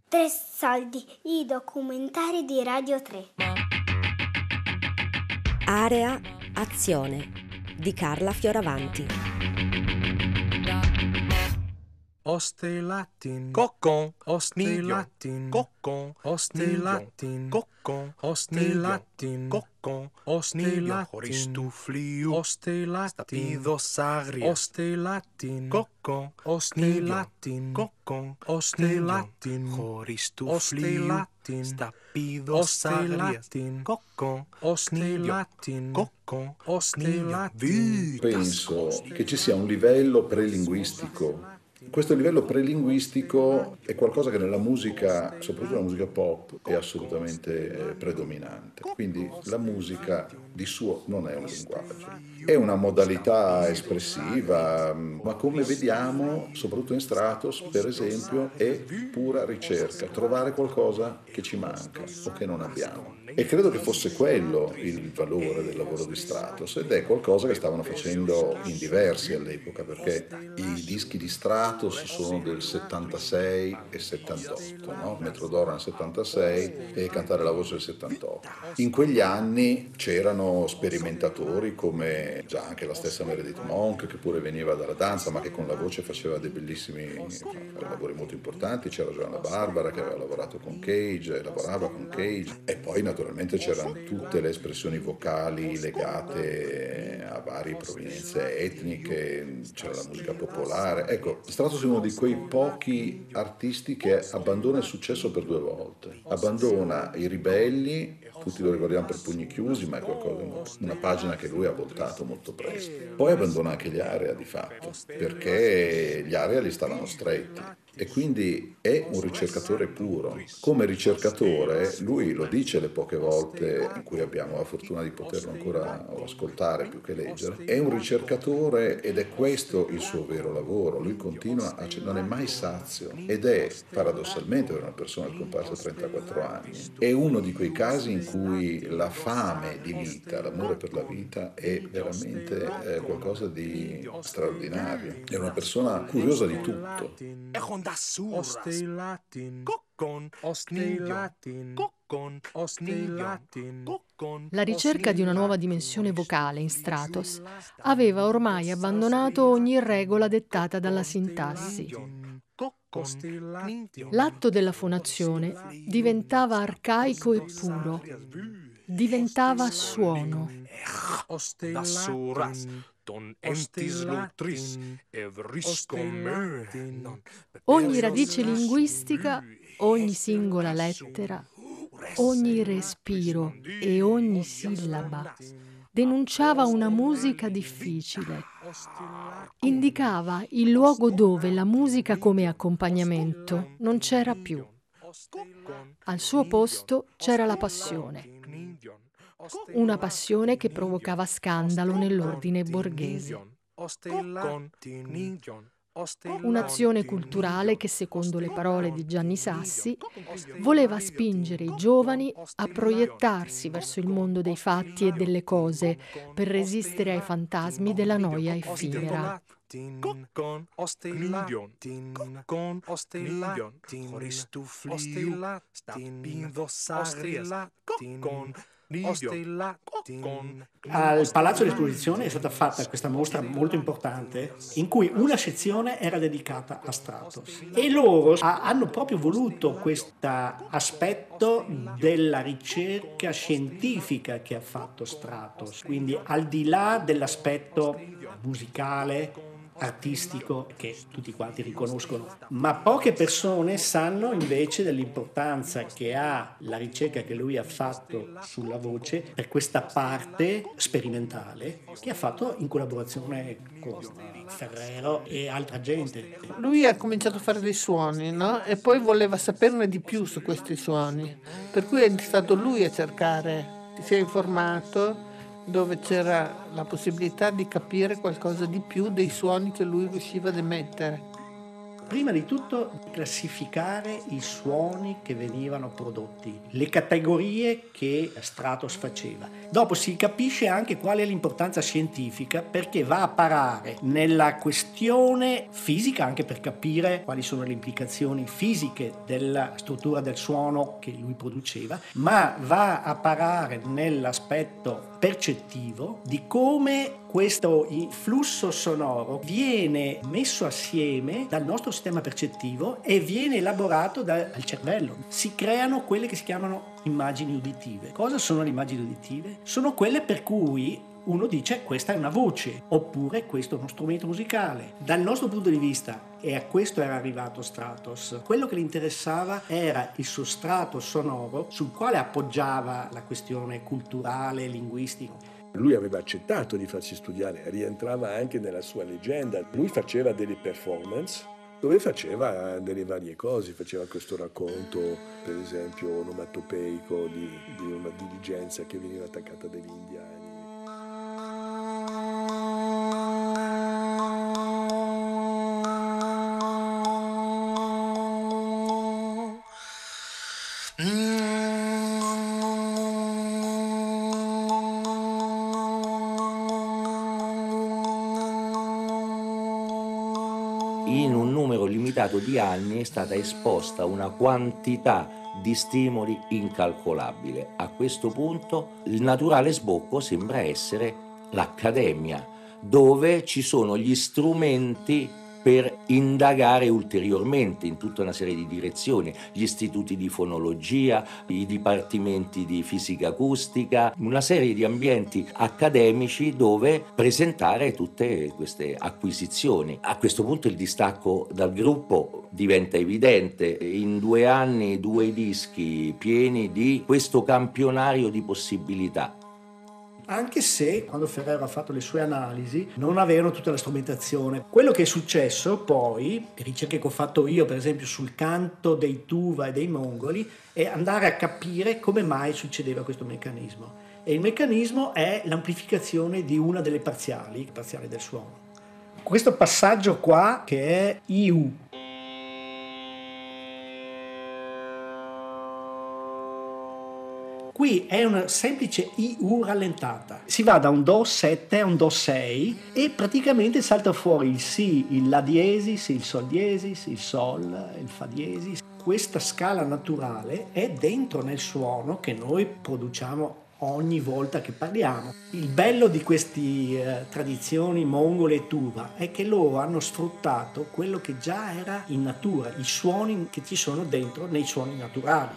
Tre soldi, i documentari di Radio 3. Area Azione di Carla Fioravanti. Ostelatin, cocon, ostelatin, cocon, ostelatin, cocon, ostelatin, cocon, ostelatin, Christufliu, ostelatin, ostelatin, cocon, ostelatin, cocon, ostelatin, ostelatin, ostelatin, cocon, ostelatin, cocon, ostelatin. Penso che ci sia un livello prelinguistico. Questo livello prelinguistico è qualcosa che nella musica, soprattutto nella musica pop, è assolutamente predominante. Quindi la musica di suo non è un linguaggio, è una modalità espressiva, ma come vediamo, soprattutto in Stratos, per esempio, è pura ricerca, trovare qualcosa che ci manca o che non abbiamo. E credo che fosse quello il valore del lavoro di Stratos, ed è qualcosa che stavano facendo in diversi all'epoca, perché i dischi di Stratos sono del 76 e 78, no? Metrodora nel 76 e Cantare la voce del 78. In quegli anni c'erano sperimentatori come già anche la stessa Meredith Monk, che pure veniva dalla danza, ma che con la voce faceva dei bellissimi lavori molto importanti. C'era Giovanna Barbara che aveva lavorato con Cage, lavorava con Cage, e poi naturalmente c'erano tutte le espressioni vocali legate a varie provenienze etniche, c'era la musica popolare. Ecco, Stratos è uno di quei pochi artisti che abbandona il successo per 2 volte. Abbandona i Ribelli, tutti lo ricordiamo per Pugni Chiusi, ma è qualcosa, una pagina che lui ha voltato molto presto. Poi abbandona anche gli Area di fatto, perché gli Area gli stavano stretti. E quindi è un ricercatore puro. Come ricercatore, lui lo dice le poche volte in cui abbiamo la fortuna di poterlo ancora ascoltare più che leggere, è un ricercatore ed è questo il suo vero lavoro. Lui continua, non è mai sazio ed è paradossalmente, per una persona che è comparsa a 34 anni, è uno di quei casi in cui la fame di vita, l'amore per la vita è veramente qualcosa di straordinario. È una persona curiosa di tutto. Ostelatin, cocon, ostelatin, cocon, ostelatin, cocon. La ricerca di una nuova dimensione vocale in Stratos aveva ormai abbandonato ogni regola dettata dalla sintassi. L'atto della fonazione diventava arcaico e puro, diventava suono. Ogni radice linguistica, ogni singola lettera, ogni respiro e ogni sillaba denunciava una musica difficile. Indicava il luogo dove la musica come accompagnamento non c'era più. Al suo posto c'era la passione. Una passione che provocava scandalo nell'ordine borghese. Un'azione culturale che, secondo le parole di Gianni Sassi, voleva spingere i giovani a proiettarsi verso il mondo dei fatti e delle cose per resistere ai fantasmi della noia effimera. Cocon, ostelatin, cocon, ostelatin, Christufliu, ostelatin, Al Palazzo d'Esposizione è stata fatta questa mostra molto importante in cui una sezione era dedicata a Stratos e loro hanno proprio voluto questo aspetto della ricerca scientifica che ha fatto Stratos, quindi al di là dell'aspetto musicale, artistico che tutti quanti riconoscono, ma poche persone sanno invece dell'importanza che ha la ricerca che lui ha fatto sulla voce per questa parte sperimentale che ha fatto in collaborazione con Ferrero e altra gente. Lui ha cominciato a fare dei suoni, no? E poi voleva saperne di più su questi suoni, per cui è stato lui a cercare, si è informato dove c'era la possibilità di capire qualcosa di più dei suoni che lui riusciva ad emettere. Prima di tutto classificare i suoni che venivano prodotti, le categorie che Stratos faceva. Dopo si capisce anche qual è l'importanza scientifica, perché va a parare nella questione fisica, anche per capire quali sono le implicazioni fisiche della struttura del suono che lui produceva, ma va a parare nell'aspetto percettivo di come questo flusso sonoro viene messo assieme dal nostro sistema percettivo e viene elaborato dal cervello. Si creano quelle che si chiamano immagini uditive. Cosa sono le immagini uditive? Sono quelle per cui uno dice questa è una voce, oppure questo è uno strumento musicale. Dal nostro punto di vista, e a questo era arrivato Stratos, quello che gli interessava era il sostrato sonoro sul quale appoggiava la questione culturale, linguistica. Lui aveva accettato di farsi studiare, rientrava anche nella sua leggenda. Lui faceva delle performance dove faceva delle varie cose, faceva questo racconto, per esempio onomatopeico di una diligenza che veniva attaccata dagli indiani. In un numero limitato di anni è stata esposta una quantità di stimoli incalcolabile. A questo punto il naturale sbocco sembra essere l'accademia, dove ci sono gli strumenti per indagare ulteriormente in tutta una serie di direzioni, gli istituti di fonologia, i dipartimenti di fisica acustica, una serie di ambienti accademici dove presentare tutte queste acquisizioni. A questo punto il distacco dal gruppo diventa evidente. In 2 anni 2 dischi pieni di questo campionario di possibilità. Anche se quando Ferrero ha fatto le sue analisi non avevano tutta la strumentazione. Quello che è successo poi, le ricerche che ho fatto io per esempio sul canto dei tuva e dei mongoli, è andare a capire come mai succedeva questo meccanismo. E il meccanismo è l'amplificazione di una delle parziali del suono. Questo passaggio qua che è IU. Qui è una semplice IU rallentata. Si va da un Do 7 a un Do 6 e praticamente salta fuori il Si, il La diesis, il Sol diesis, il Sol, il Fa diesis. Questa scala naturale è dentro nel suono che noi produciamo ogni volta che parliamo. Il bello di queste tradizioni mongole e tuva è che loro hanno sfruttato quello che già era in natura, i suoni che ci sono dentro nei suoni naturali.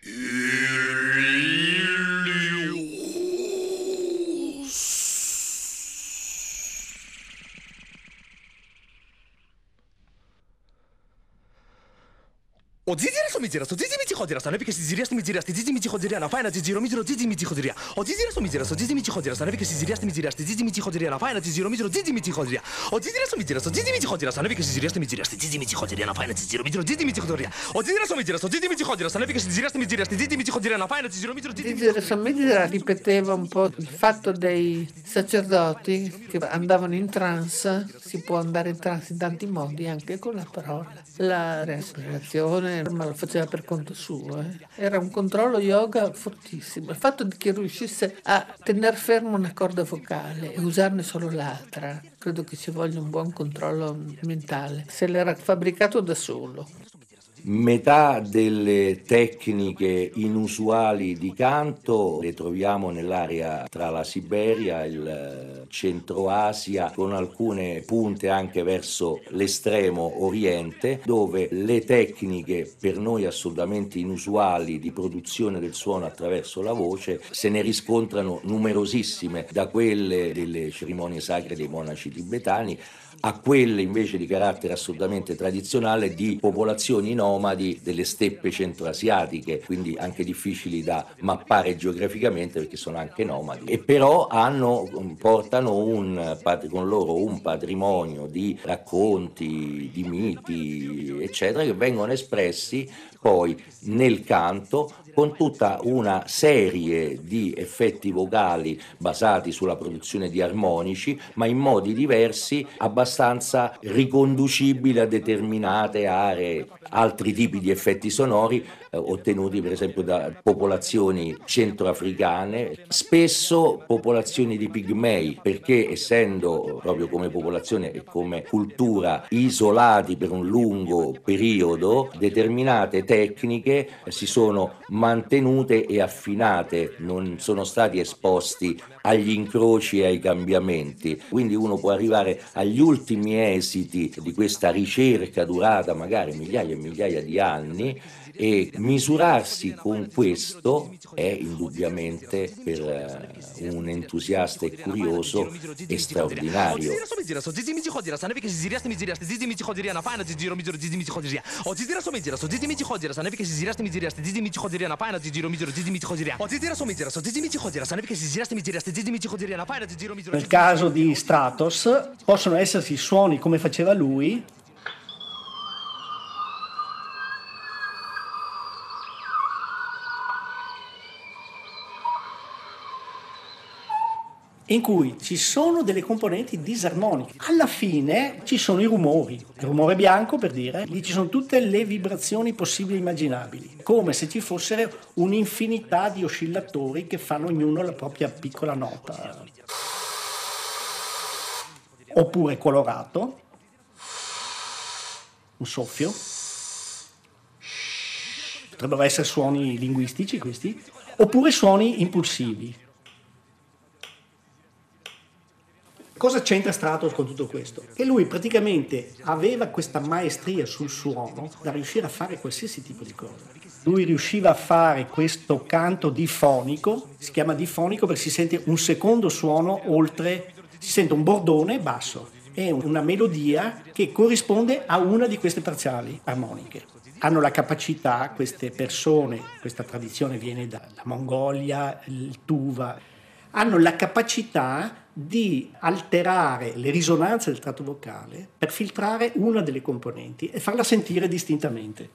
O zizira so mizira so zizi mici khodira so nevi ke ziziria sti mizira sti zizi mici khodira na faina ziziro miziro zizi mici khodira o zizira so mizira so zizi mici khodira so nevi ke ziziria sti mizira sti zizi mici khodira na faina ziziro miziro zizi mici khodira o zizira so mizira so zizi mici khodira so nevi ke ziziria sti mizira sti zizi mici khodira na faina ziziro miziro zizi mici khodira o zizira so mizira so zizi mici khodira so nevi ke ziziria sti mizira sti zizi mici khodira na faina ziziro miziro zizi Zizira Samidira ripeteva un po' il fatto dei sacerdoti che andavano in trance. Si può andare in trance in tanti modi, anche con la parola. La respirazione, ma lo faceva per conto suo. Era un controllo yoga fortissimo. Il fatto che riuscisse a tenere fermo una corda vocale e usarne solo l'altra, credo che ci voglia un buon controllo mentale. Se l'era fabbricato da solo. Metà delle tecniche inusuali di canto le troviamo nell'area tra la Siberia e il Centro Asia, con alcune punte anche verso l'estremo oriente, dove le tecniche per noi assolutamente inusuali di produzione del suono attraverso la voce se ne riscontrano numerosissime, da quelle delle cerimonie sacre dei monaci tibetani a quelle invece di carattere assolutamente tradizionale di popolazioni nomadi delle steppe centroasiatiche, quindi anche difficili da mappare geograficamente perché sono anche nomadi, e però portano con loro un patrimonio di racconti, di miti, eccetera, che vengono espressi poi nel canto con tutta una serie di effetti vocali basati sulla produzione di armonici, ma in modi diversi, abbastanza riconducibili a determinate aree, altri tipi di effetti sonori ottenuti per esempio da popolazioni centroafricane, spesso popolazioni di pigmei, perché essendo proprio come popolazione e come cultura isolati per un lungo periodo, determinate tecniche si sono mantenute e affinate, non sono stati esposti agli incroci e ai cambiamenti. Quindi uno può arrivare agli ultimi esiti di questa ricerca durata magari migliaia e migliaia di anni, e misurarsi con questo è indubbiamente per un entusiasta e curioso e straordinario. Nel caso di Stratos possono esserci suoni come faceva lui, in cui ci sono delle componenti disarmoniche. Alla fine ci sono i rumori, il rumore bianco per dire, lì ci sono tutte le vibrazioni possibili e immaginabili, come se ci fossero un'infinità di oscillatori che fanno ognuno la propria piccola nota. Oppure colorato, un soffio, potrebbero essere suoni linguistici questi, oppure suoni impulsivi. Cosa c'entra Stratos con tutto questo? Che lui praticamente aveva questa maestria sul suono da riuscire a fare qualsiasi tipo di cosa. Lui riusciva a fare questo canto difonico, si chiama difonico perché si sente un secondo suono oltre, si sente un bordone basso e una melodia che corrisponde a una di queste parziali armoniche. Hanno la capacità, queste persone, questa tradizione viene dalla Mongolia, il Tuva, hanno la capacità di alterare le risonanze del tratto vocale per filtrare una delle componenti e farla sentire distintamente.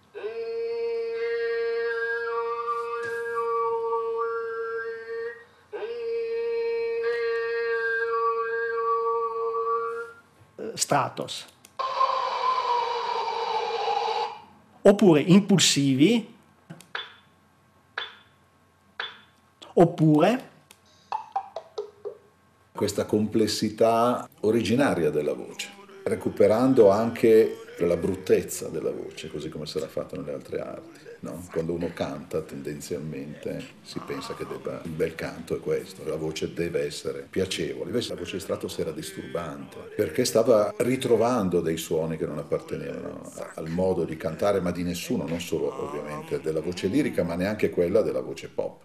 Stratos. Oppure impulsivi, oppure questa complessità originaria della voce, recuperando anche la bruttezza della voce, così come sarà fatto nelle altre arti. No? Quando uno canta tendenzialmente si pensa che il bel canto è questo, la voce deve essere piacevole, invece la voce di Stratos era disturbante, perché stava ritrovando dei suoni che non appartenevano al modo di cantare, ma di nessuno, non solo ovviamente della voce lirica, ma neanche quella della voce pop.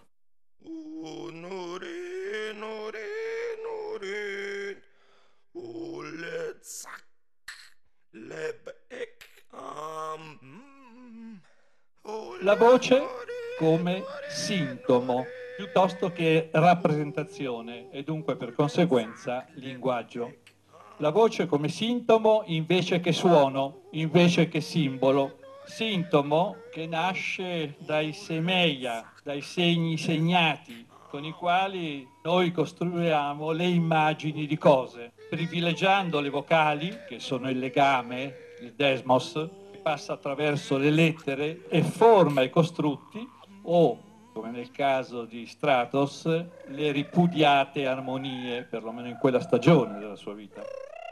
La voce come sintomo piuttosto che rappresentazione e dunque per conseguenza linguaggio. La voce come sintomo invece che suono, invece che simbolo. Sintomo che nasce dai semeia, dai segni segnati con i quali noi costruiamo le immagini di cose, privilegiando le vocali, che sono il legame, il desmos, che passa attraverso le lettere e forma i costrutti, o, come nel caso di Stratos, le ripudiate armonie, perlomeno in quella stagione della sua vita.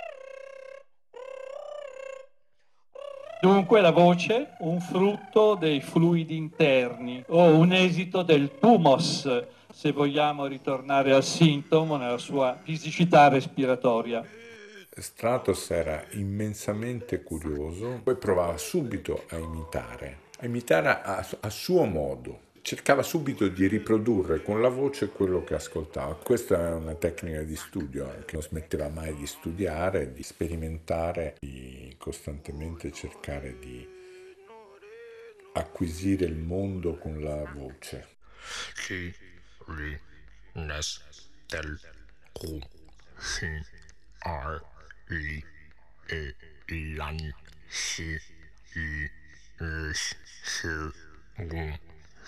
Dunque la voce, un frutto dei fluidi interni, o un esito del thumos, se vogliamo ritornare al sintomo nella sua fisicità respiratoria. Stratos era immensamente curioso, poi provava subito a imitare a suo modo. Cercava subito di riprodurre con la voce quello che ascoltava. Questa è una tecnica di studio, che non smetteva mai di studiare, di sperimentare, di costantemente cercare di acquisire il mondo con la voce.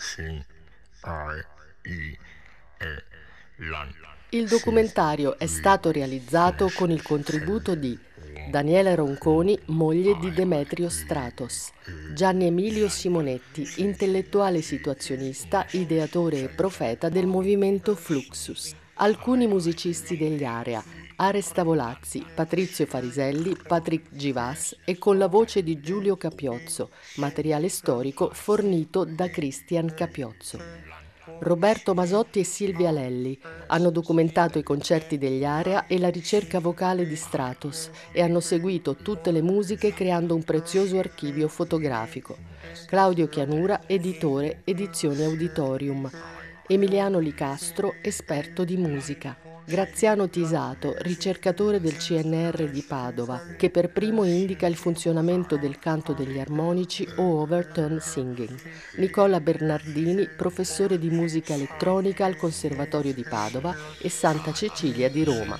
Il documentario è stato realizzato con il contributo di Daniela Ronconi, moglie di Demetrio Stratos, Gianni Emilio Simonetti, intellettuale situazionista, ideatore e profeta del movimento Fluxus, alcuni musicisti degli Area, Aresta Volazzi, Patrizio Fariselli, Patrick Givas e con la voce di Giulio Capiozzo, materiale storico fornito da Cristian Capiozzo. Roberto Masotti e Silvia Lelli hanno documentato i concerti degli Area e la ricerca vocale di Stratos e hanno seguito tutte le musiche creando un prezioso archivio fotografico. Claudio Chianura, editore, Edizioni Auditorium. Emiliano Licastro, esperto di musica. Graziano Tisato, ricercatore del CNR di Padova, che per primo indica il funzionamento del canto degli armonici o overtone singing. Nicola Bernardini, professore di musica elettronica al Conservatorio di Padova e Santa Cecilia di Roma.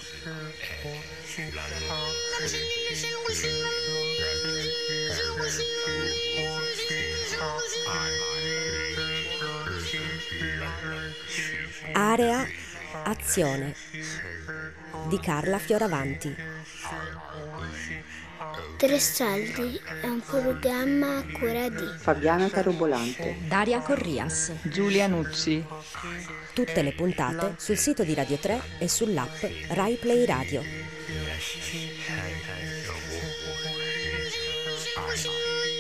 Area Azione di Carla Fioravanti. Tre Soldi è un programma a cura di Fabiana Carobolante, Daria Corrias, Giulia Nucci. Tutte le puntate sul sito di Radio 3 e sull'app Rai Play Radio.